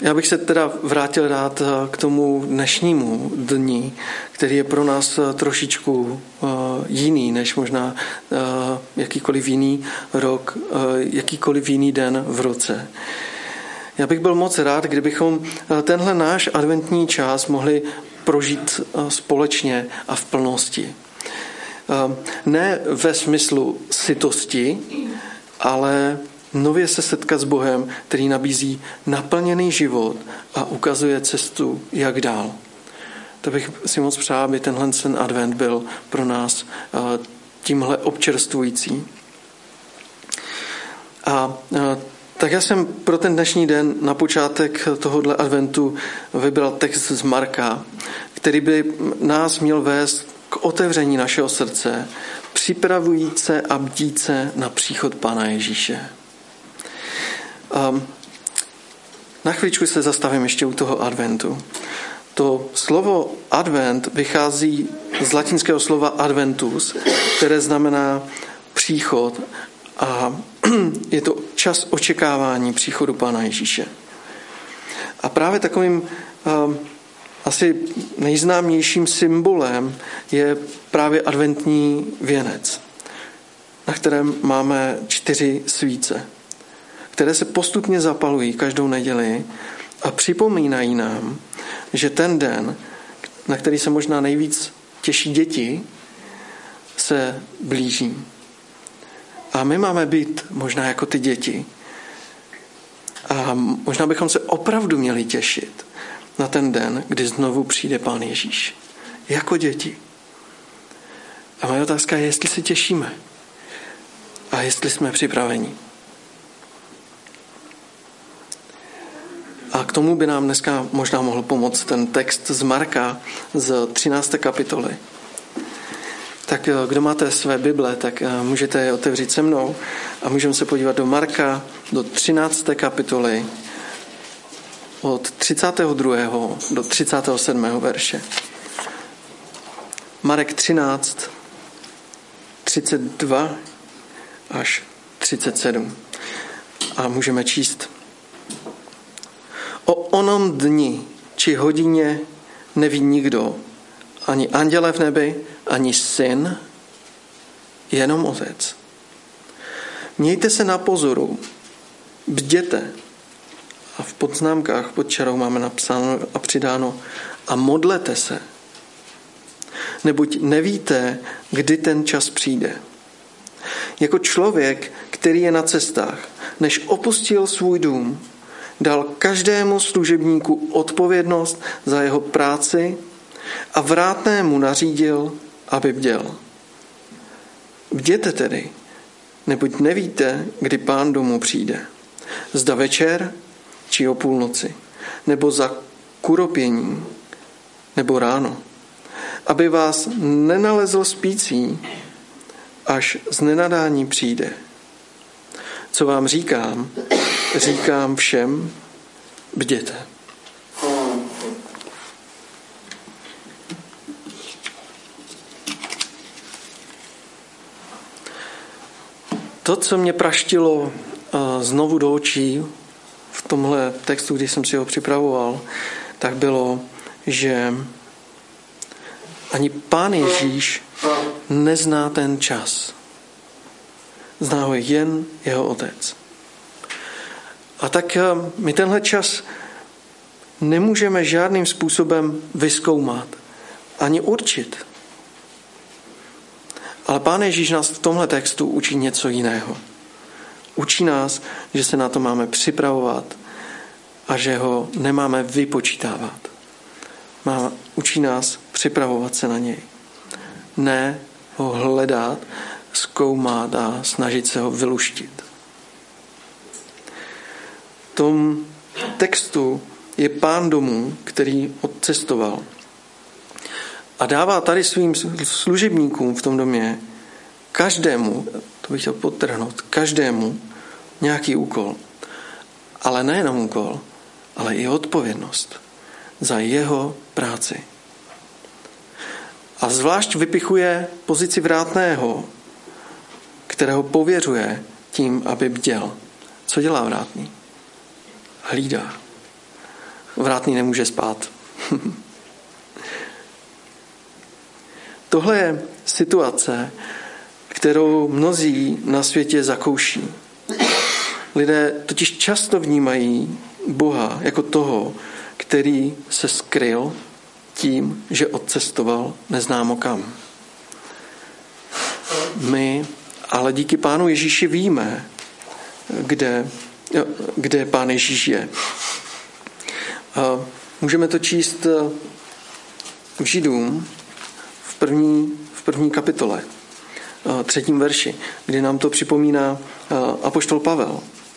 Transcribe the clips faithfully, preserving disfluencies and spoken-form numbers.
Já bych se teda vrátil rád k tomu dnešnímu dni, který je pro nás trošičku jiný, než možná jakýkoliv jiný rok, jakýkoliv jiný den v roce. Já bych byl moc rád, kdybychom tenhle náš adventní čas mohli prožít společně a v plnosti. Ne ve smyslu sytosti, ale nově se setkat s Bohem, který nabízí naplněný život a ukazuje cestu, jak dál. To bych si moc přál, aby tenhle ten advent byl pro nás tímhle občerstvující. A tak já jsem pro ten dnešní den na počátek tohohle adventu vybral text z Marka, který by nás měl vést k otevření našeho srdce, připravujíc se a bdít se na příchod Pána Ježíše. Um, na chvíličku se zastavím ještě u toho adventu. To slovo advent vychází z latinského slova adventus, které znamená příchod a je to čas očekávání příchodu Pána Ježíše. A právě takovým um, asi nejznámějším symbolem je právě adventní věnec, na kterém máme čtyři svíce, které se postupně zapalují každou neděli a připomínají nám, že ten den, na který se možná nejvíc těší děti, se blíží. A my máme být možná jako ty děti. A možná bychom se opravdu měli těšit na ten den, kdy znovu přijde Pán Ježíš. Jako děti. A moje otázka je, jestli se těšíme. A jestli jsme připraveni. A k tomu by nám dneska možná mohl pomoct ten text z Marka z třinácté kapitoly. Tak kdo máte své Bible, tak můžete je otevřít se mnou a můžeme se podívat do Marka, do třinácté kapitoly, od třicátého druhého do třicátého sedmého verše. Marek třináct, třicet dva až třicet sedm. A můžeme číst. O onom dni či hodině neví nikdo, ani anděle v nebi, ani syn, jenom Otec. Mějte se na pozoru, bděte. A v poznámkách pod čarou máme napsáno a přidáno a modlete se. Neboť nevíte, kdy ten čas přijde. Jako člověk, který je na cestách, než opustil svůj dům, dal každému služebníku odpovědnost za jeho práci a vrátnému nařídil, aby bděl. Bděte tedy, neboť nevíte, kdy Pán domů přijde. Zda večer, či o půlnoci, nebo za kuropěním, nebo ráno, aby vás nenalezl spící, až z nenadání přijde. Co vám říkám, říkám všem, bděte. To, co mě praštilo znovu do očí v tomhle textu, když jsem si ho připravoval, tak bylo, že ani Pán Ježíš nezná ten čas. Zná ho jen jeho Otec. A tak my tenhle čas nemůžeme žádným způsobem vyzkoumat ani určit. Ale Pán Ježíš nás v tomhle textu učí něco jiného. Učí nás, že se na to máme připravovat a že ho nemáme vypočítávat. Má, učí nás připravovat se na něj. Ne ho hledat, zkoumat a snažit se ho vyluštit. V tom textu je Pán domu, který odcestoval. A dává tady svým služebníkům v tom domě každému, to bych chtěl podtrhnout, každému nějaký úkol. Ale nejenom úkol, ale i odpovědnost za jeho práci. A zvlášť vypichuje pozici vrátného, kterého pověřuje tím, aby bděl. Co dělá vrátný? Hlídá. vrátný nemůže spát. Tohle je situace, kterou mnozí na světě zakouší. Lidé totiž často vnímají Boha jako toho, který se skryl tím, že odcestoval neznámo kam. My ale díky Pánu Ježíši víme, kde, kde Pán Ježíš je. A můžeme to číst v Židům v první, v první kapitole, třetím verši, kdy nám to připomíná apoštol Pavel.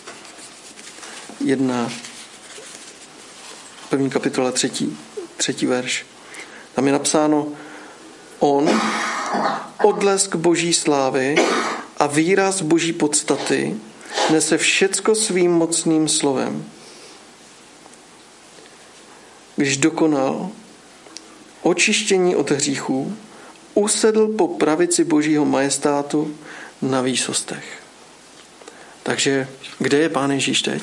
Jedna, první kapitola, třetí, třetí verš. Tam je napsáno: On, odlesk Boží slávy a výraz Boží podstaty, nese všecko svým mocným slovem. Když dokonal očištění od hříchů, usedl po pravici Božího majestátu na výsostech. Takže kde je Pán Ježíš teď?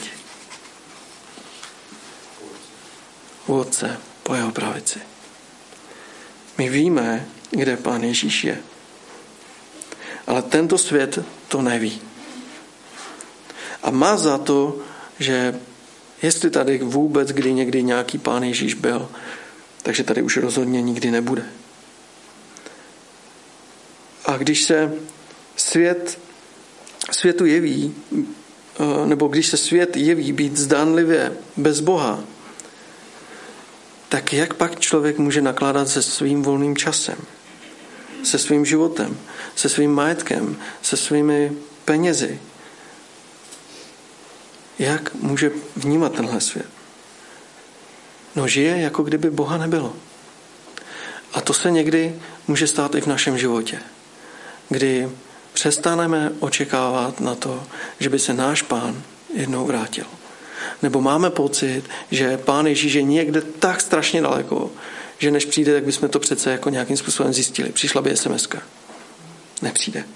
U Otce, po jeho pravici. My víme, kde Pán Ježíš je. Ale tento svět to neví. A má za to, že jestli tady vůbec kdy někdy nějaký Pán Ježíš byl, takže tady už rozhodně nikdy nebude. A když se svět, světu jeví, nebo když se svět jeví být zdánlivě bez Boha, tak jak pak člověk může nakládat se svým volným časem, se svým životem, se svým majetkem, se svými penězi? Jak může vnímat tenhle svět? No, žije, jako kdyby Boha nebylo. A to se někdy může stát i v našem životě, kdy přestaneme očekávat na to, že by se náš Pán jednou vrátil. Nebo máme pocit, že Pán Ježíš je někde tak strašně daleko, že než přijde, tak bychom to přece jako nějakým způsobem zjistili. Přišla by es em eska. Nepřijde.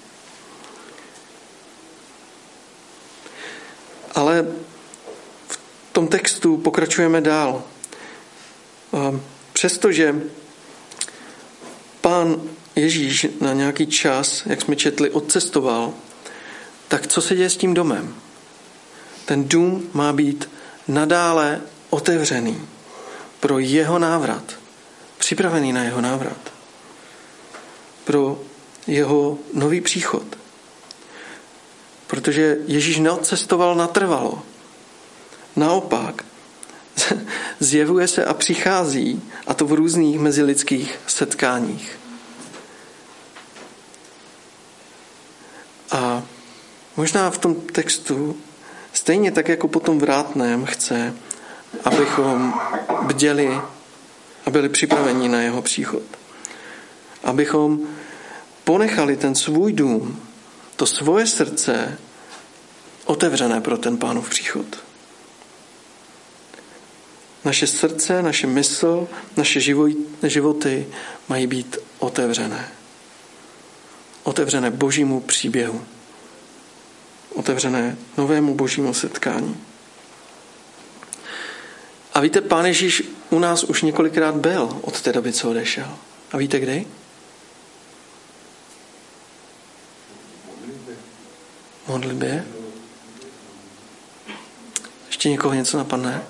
Ale v tom textu pokračujeme dál. Přestože Pán Ježíš na nějaký čas, jak jsme četli, odcestoval, tak co se děje s tím domem? Ten dům má být nadále otevřený pro jeho návrat, připravený na jeho návrat, pro jeho nový příchod. Protože Ježíš neodcestoval natrvalo. Naopak, zjevuje se a přichází, a to v různých mezilidských setkáních. A možná v tom textu, stejně tak jako po tom vrátném, chce, abychom bděli a byli připraveni na jeho příchod. Abychom ponechali ten svůj dům, to svoje srdce otevřené pro ten Pánův příchod. Naše srdce, naše mysl, naše životy mají být otevřené. Otevřené Božímu příběhu. Otevřené novému Božímu setkání. A víte, Pán Ježíš u nás už několikrát byl od té doby, co odešel. A víte kdy? Modlitbě. Ještě někoho něco napadne?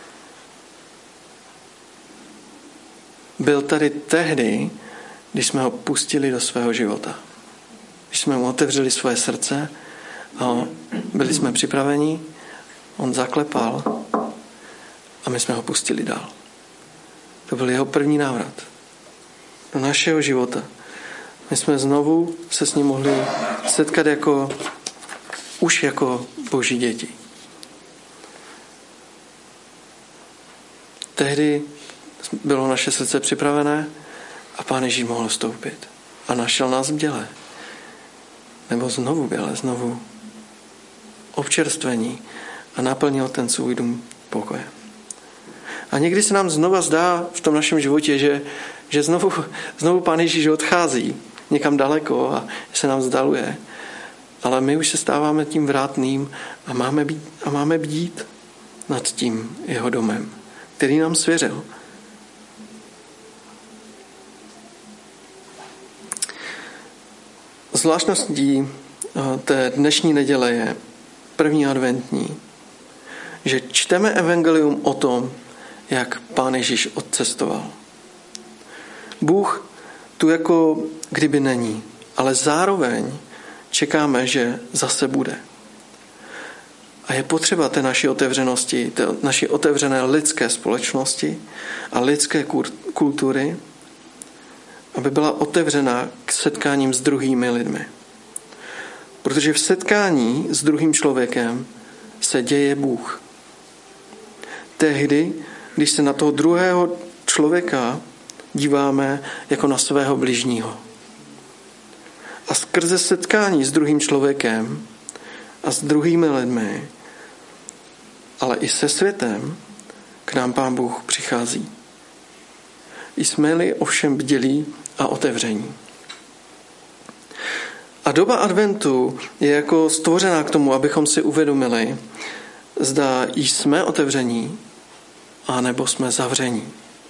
Byl tady tehdy, když jsme ho pustili do svého života. Když jsme mu otevřeli svoje srdce a byli jsme připraveni, on zaklepal a my jsme ho pustili dál. To byl jeho první návrat do našeho života. My jsme znovu se s ním mohli setkat jako, už jako Boží děti. Tehdy bylo naše srdce připravené a Pán Ježíš mohl vstoupit. A našel nás v děle. Nebo znovu běle, znovu občerstvení a naplnil ten svůj dům pokojem. A někdy se nám znova zdá v tom našem životě, že, že znovu, znovu Pán Ježíš odchází někam daleko a se nám vzdaluje. Ale my už se stáváme tím vrátným a máme, být, a máme bdít nad tím jeho domem. který nám svěřil. Zvláštností té dnešní neděle je první adventní, že čteme evangelium o tom, jak Pán Ježíš odcestoval. Bůh tu jako kdyby není, ale zároveň čekáme, že zase bude. A je potřeba té naší otevřenosti, té naší otevřené lidské společnosti a lidské kultury, aby byla otevřena k setkáním s druhými lidmi. Protože v setkání s druhým člověkem se děje Bůh. Tehdy, když se na toho druhého člověka díváme jako na svého bližního. A skrze setkání s druhým člověkem a s druhými lidmi, ale i se světem, k nám Pán Bůh přichází. Jsme-li ovšem bdělí a otevření. A doba adventu je jako stvořená k tomu, abychom si uvědomili, zda jsme otevření, anebo jsme zavření.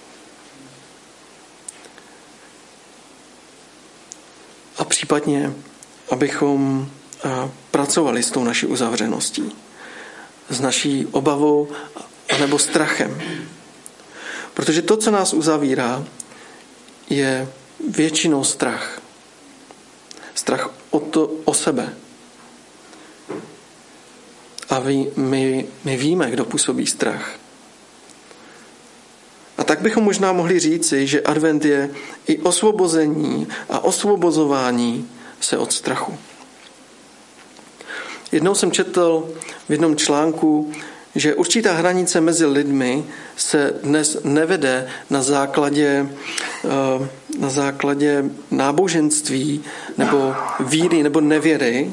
A případně, abychom pracovali s tou naší uzavřeností, s naší obavou nebo strachem. Protože to, co nás uzavírá, je většinou strach. Strach o, to, o sebe. A my, my, my víme, kdo působí strach. A tak bychom možná mohli říci, že advent je i osvobození a osvobozování se od strachu. Jednou jsem četl v jednom článku, že určitá hranice mezi lidmi se dnes nevede na základě, na základě náboženství nebo víry nebo nevěry,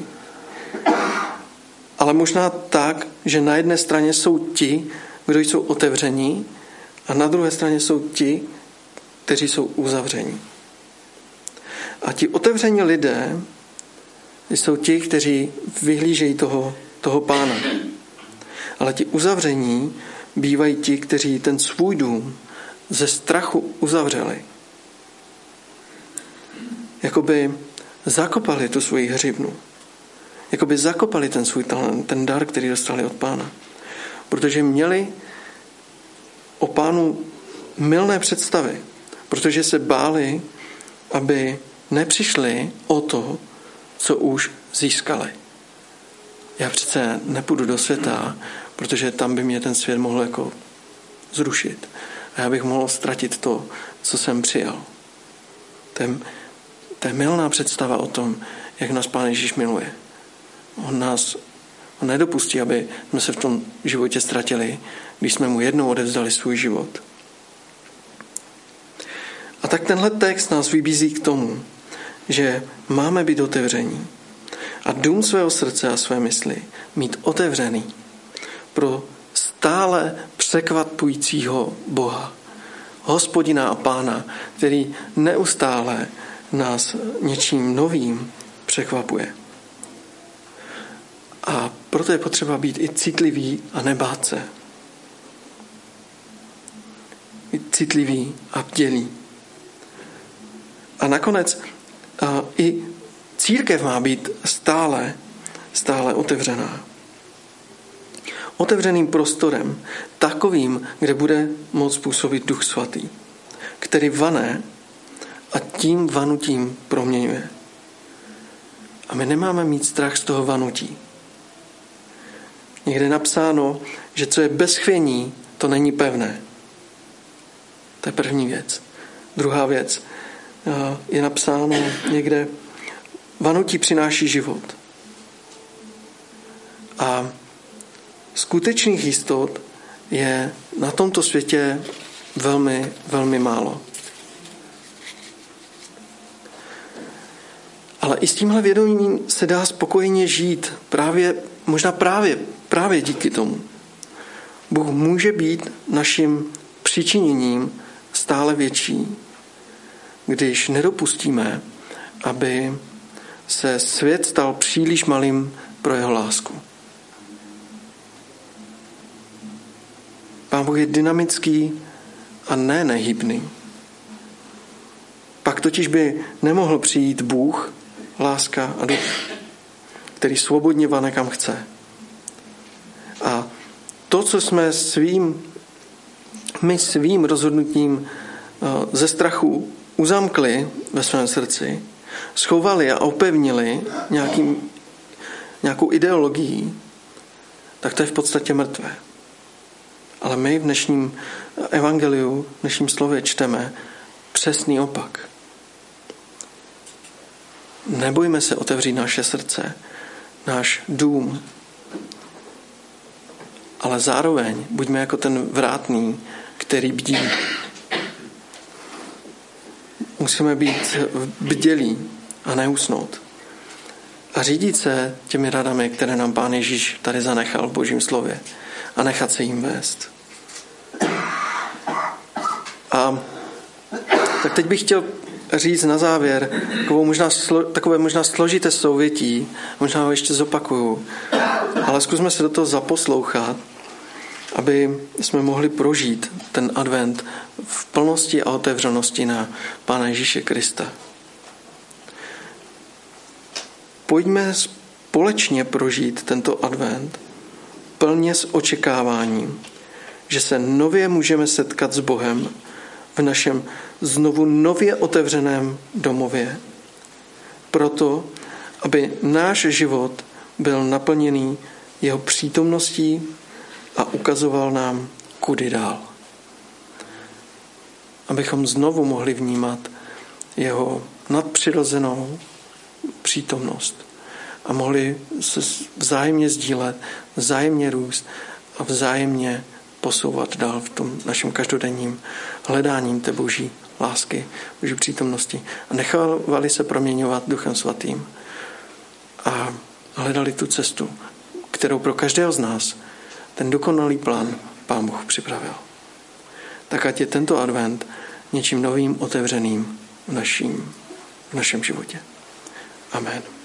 ale možná tak, že na jedné straně jsou ti, kdo jsou otevření, a na druhé straně jsou ti, kteří jsou uzavření. A ti otevření lidé jsou ti, kteří vyhlížejí toho, toho Pána. Ale ti uzavření bývají ti, kteří ten svůj dům ze strachu uzavřeli. Jakoby zakopali tu svoji hřivnu. Jakoby zakopali ten svůj talent, ten dar, který dostali od Pána. Protože měli o Pánu mylné představy. Protože se báli, aby nepřišli o to, co už získali. Já přece nepůjdu do světa, protože tam by mě ten svět mohl jako zrušit. A já bych mohl ztratit to, co jsem přijal. To je, to je mylná představa o tom, jak nás Pán Ježíš miluje. On nás on nedopustí, aby jsme se v tom životě ztratili, když jsme mu jednou odevzdali svůj život. A tak tenhle text nás vybízí k tomu, že máme být otevření a dům svého srdce a své mysli mít otevřený pro stále překvapujícího Boha, Hospodina a Pána, který neustále nás něčím novým překvapuje. A proto je potřeba být i citlivý a nebát se. Být citlivý a bdělý. A nakonec a i církev má být stále, stále otevřená. Otevřeným prostorem, takovým, kde bude moct působit Duch Svatý, který vane a tím vanutím proměňuje. A my nemáme mít strach z toho vanutí. Někde je napsáno, že co je bez chvění, to není pevné. To je první věc. Druhá věc, je napsáno někde, vanutí přináší život. A skutečných jistot je na tomto světě velmi, velmi málo. Ale i s tímhle vědomím se dá spokojeně žít, právě, možná právě, právě díky tomu. Bůh může být naším přičiněním stále větší, když nedopustíme, aby se svět stal příliš malým pro jeho lásku. Pán Bůh je dynamický a ne nehybný. Pak totiž by nemohl přijít Bůh, láska a duch, který svobodně vane kam chce. A to, co jsme svým, my svým rozhodnutím ze strachu uzamkli ve svém srdci, schovali a opevnili nějakým, nějakou ideologií, tak to je v podstatě mrtvé. Ale my v dnešním evangeliu, v dnešním slově čteme přesný opak. Nebojme se otevřít naše srdce, náš dům, ale zároveň buďme jako ten vrátný, který bdí. Musíme být bdělí a neusnout. A řídit se těmi radami, které nám Pán Ježíš tady zanechal v Božím slově. A nechat se jim vést. A tak teď bych chtěl říct na závěr takovou možná, takové možná složité souvětí, možná ho ještě zopakuju, ale zkusme se do toho zaposlouchat, aby jsme mohli prožít ten advent v plnosti a otevřenosti na Pána Ježíše Krista. Pojďme společně prožít tento advent plně s očekáváním, že se nově můžeme setkat s Bohem v našem znovu nově otevřeném domově. Proto, aby náš život byl naplněný jeho přítomností a ukazoval nám, kudy dál. Abychom znovu mohli vnímat jeho nadpřirozenou přítomnost a mohli se vzájemně sdílet, vzájemně růst a vzájemně posouvat dál v tom našem každodenním hledáním té Boží lásky, Boží přítomnosti a nechávali se proměňovat Duchem Svatým a hledali tu cestu, kterou pro každého z nás ten dokonalý plán Pán Bůh připravil. Tak ať je tento advent něčím novým otevřeným v, naším, v našem životě. Amen.